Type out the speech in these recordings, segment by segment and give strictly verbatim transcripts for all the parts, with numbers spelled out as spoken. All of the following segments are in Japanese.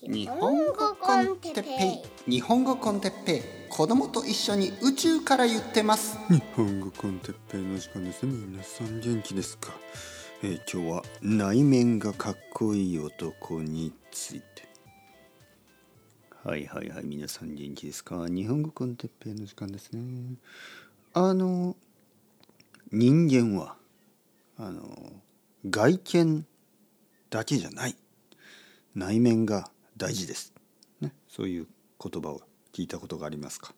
日本語コンテッペイ日本語コンテッペイ子供と一緒に宇宙から言ってます。 日本語コンテッペイの時間ですね。皆さん元気ですか？えー、今日は内面がかっこいい男について。はいはいはい、皆さん元気ですか？日本語コンテッペイの時間ですね。あの人間はあの外見だけじゃない、内面が大事です、ね、そういう言葉を聞いたことがありますか？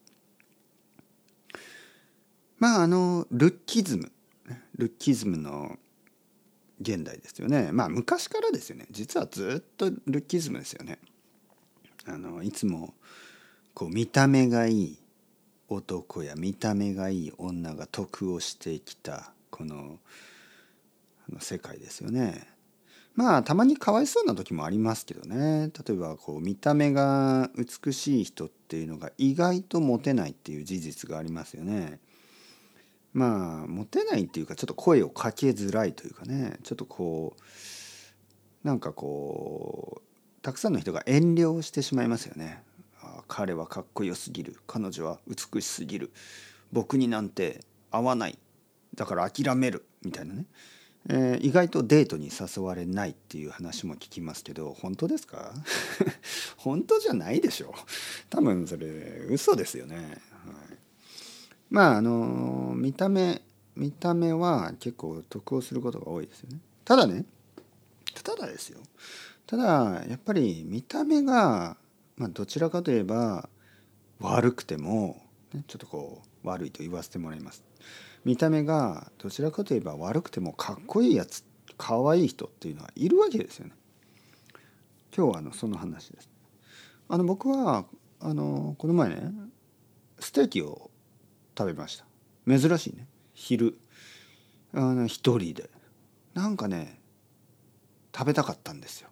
まああのルッキズムルッキズムの現代ですよね。まあ昔からですよね。実はずっとルッキズムですよね。あのいつもこう見た目がいい男や見た目がいい女が得をしてきたこのあの世界ですよね。まあたまにかわいそうな時もありますけどね。例えばこう見た目が美しい人っていうのが意外とモテないっていう事実がありますよね。まあモテないっていうかちょっと声をかけづらいというかね、ちょっとこうなんかこうたくさんの人が遠慮してしまいますよね。あ、彼はかっこよすぎる、彼女は美しすぎる、僕になんて合わない、だから諦めるみたいなね。えー、意外とデートに誘われないっていう話も聞きますけど、本当ですか？本当じゃないでしょ。多分それ嘘ですよね。はい、まああの見た目見た目は結構得をすることが多いですよね。ただね、ただですよ。ただやっぱり見た目が、まあ、どちらかといえば悪くても、ね、ちょっとこう悪いと言わせてもらいます。見た目がどちらかといえば悪くてもかっこいいやつ、かわいい人っていうのはいるわけですよね。今日はあのその話です。あの僕はあのこの前ねステーキを食べました。珍しいね。昼あの一人でなんかね食べたかったんですよ。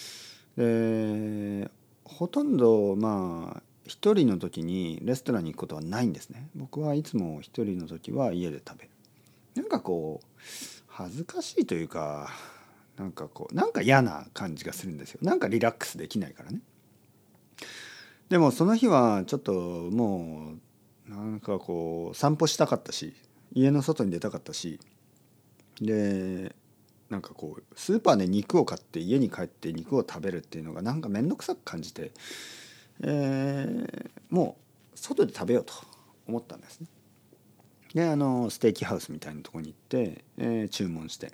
でほとんどまあ一人の時にレストランに行くことはないんですね。僕はいつも一人の時は家で食べる。なんかこう恥ずかしいというか、なんかこうなんか嫌な感じがするんですよ。なんかリラックスできないからね。でもその日はちょっともうなんかこう散歩したかったし、家の外に出たかったし、でなんかこうスーパーで肉を買って家に帰って肉を食べるっていうのがなんか面倒くさく感じて、えー、もう外で食べようと思ったんですね。であのステーキハウスみたいなところに行って、えー、注文して、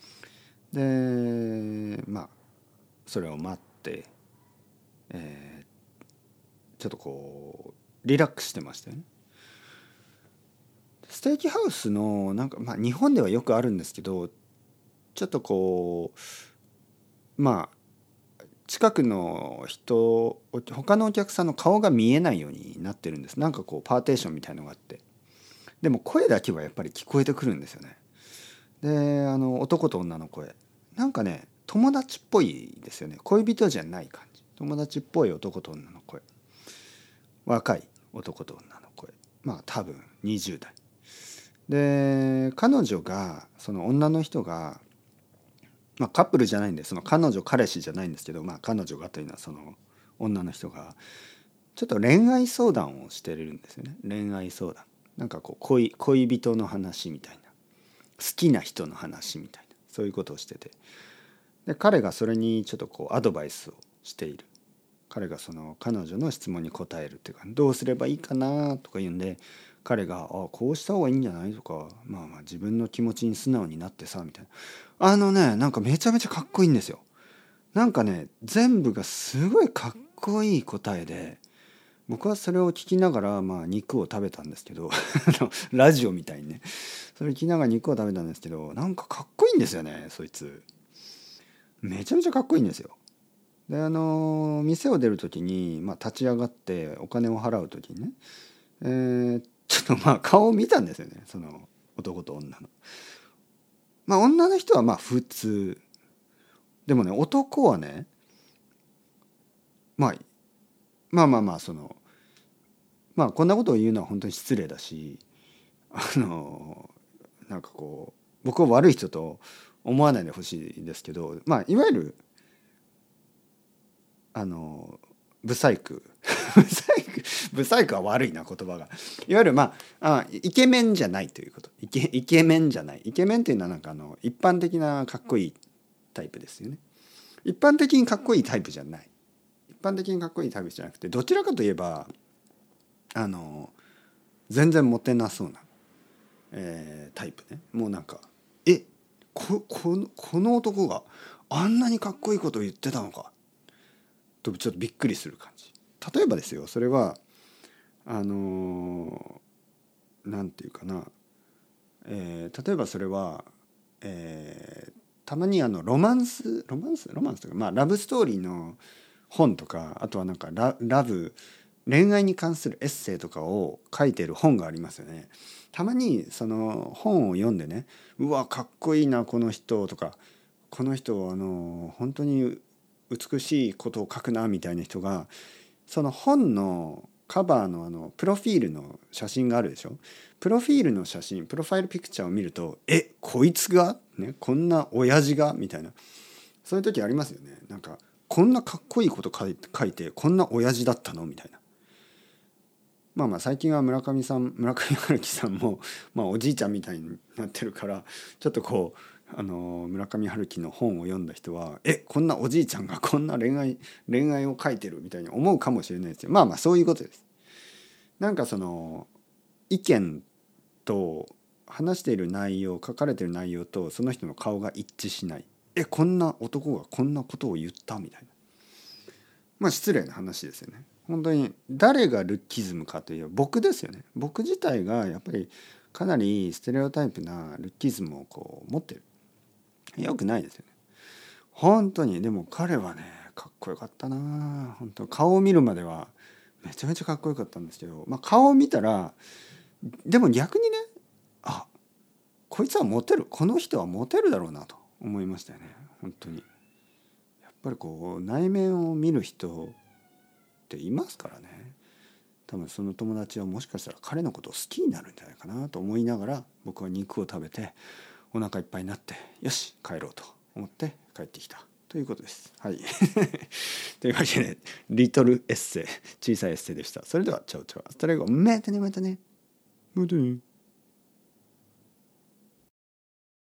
でまあそれを待って、えー、ちょっとこうリラックスしてましたよね。ステーキハウスのなんか、まあ、日本ではよくあるんですけど、ちょっとこうまあ近くの人他のお客さんの顔が見えないようになってるんです。なんかこうパーテーションみたいのがあって、でも声だけはやっぱり聞こえてくるんですよね。であの男と女の声なんかね友達っぽいですよね。恋人じゃない感じ、友達っぽい男と女の声、若い男と女の声、まあ多分にじゅう代で、彼女がその女の人が、まあ、カップルじゃないんでその彼女彼氏じゃないんですけど、まあ、彼女がというのはその女の人がちょっと恋愛相談をしてるんですよね。恋愛相談なんかこう 恋, 恋人の話みたいな、好きな人の話みたいな、そういうことをしてて、で彼がそれにちょっとこうアドバイスをしている。彼がその彼女の質問に答えるっていうか、どうすればいいかなとか言うんで、彼が「あこうした方がいいんじゃない?」とか、まあまあ自分の気持ちに素直になってさみたいな、あのねなんかめちゃめちゃかっこいいんですよ。なんかね全部がすごいかっこいい答えで、僕はそれを聞きながらまあ肉を食べたんですけどラジオみたいにねそれ聞きながら肉を食べたんですけど、なんかかっこいいんですよね。そいつめちゃめちゃかっこいいんですよ。であの店を出る時に、まあ、立ち上がってお金を払う時にね、えー、ちょっとまあ顔を見たんですよね、その男と女の。まあ女の人はまあ普通でもね、男はね、まあ、まあまあまあそのまあこんなことを言うのは本当に失礼だし、あのなんかこう僕は悪い人と思わないでほしいですけど、まあいわゆるあのブサイクブサイクブサイクは悪いな言葉が。いわゆるまああイケメンじゃないということ。イケイケメンじゃない。イケメンっていうのはなんかあの一般的なかっこいいタイプですよね。一般的にかっこいいタイプじゃない。一般的にかっこいいタイプじゃなくて、どちらかといえばあの全然モテなそうな、えー、タイプね。もうなんかえここのこの男があんなにかっこいいことを言ってたのかとちょっとびっくりする感じ。例えばですよ、それはあのー、なんていうかな、えー、例えばそれは、えー、たまにあのロマンスロマンスロマンスとか、まあ、ラブストーリーの本とか、あとはなんか ラ, ラブ恋愛に関するエッセイとかを書いてる本がありますよね。たまにその本を読んでね、うわかっこいいなこの人とか、この人あの本当に美しいことを書くなみたいな人が、その本のカバーのあのプロフィールの写真があるでしょ。プロフィールの写真、プロファイルピクチャーを見ると、えこいつが、ね、こんな親父がみたいな、そういう時ありますよね。なんかこんなかっこいいこと書いて、書いてこんな親父だったのみたいな。まあまあ最近は村上さん村上春樹さんも、まあ、おじいちゃんみたいになってるから、ちょっとこうあの村上春樹の本を読んだ人はえこんなおじいちゃんがこんな恋愛恋愛を書いてるみたいに思うかもしれないですよ。まあまあそういうことです。なんかその意見と話している内容、書かれている内容とその人の顔が一致しない。えこんな男がこんなことを言ったみたいな。まあ失礼な話ですよね。本当に誰がルッキズムかというと僕ですよね。僕自体がやっぱりかなりステレオタイプなルッキズムをこう持ってる。よくないですよね。本当に。でも彼はねかっこよかったな。本当顔を見るまではめちゃめちゃかっこよかったんですけど、まあ、顔を見たらでも逆にね、あこいつはモテる、この人はモテるだろうなと思いましたよね。本当にやっぱりこう内面を見る人っていますからね。多分その友達はもしかしたら彼のことを好きになるんじゃないかなと思いながら、僕は肉を食べてお腹いっぱいになって、よし帰ろうと思って帰ってきたということです。はいというわけでリトルエッセイ、小さいエッセイでした。それではチャオチャオ、ストレゴ、またねまたねまたね。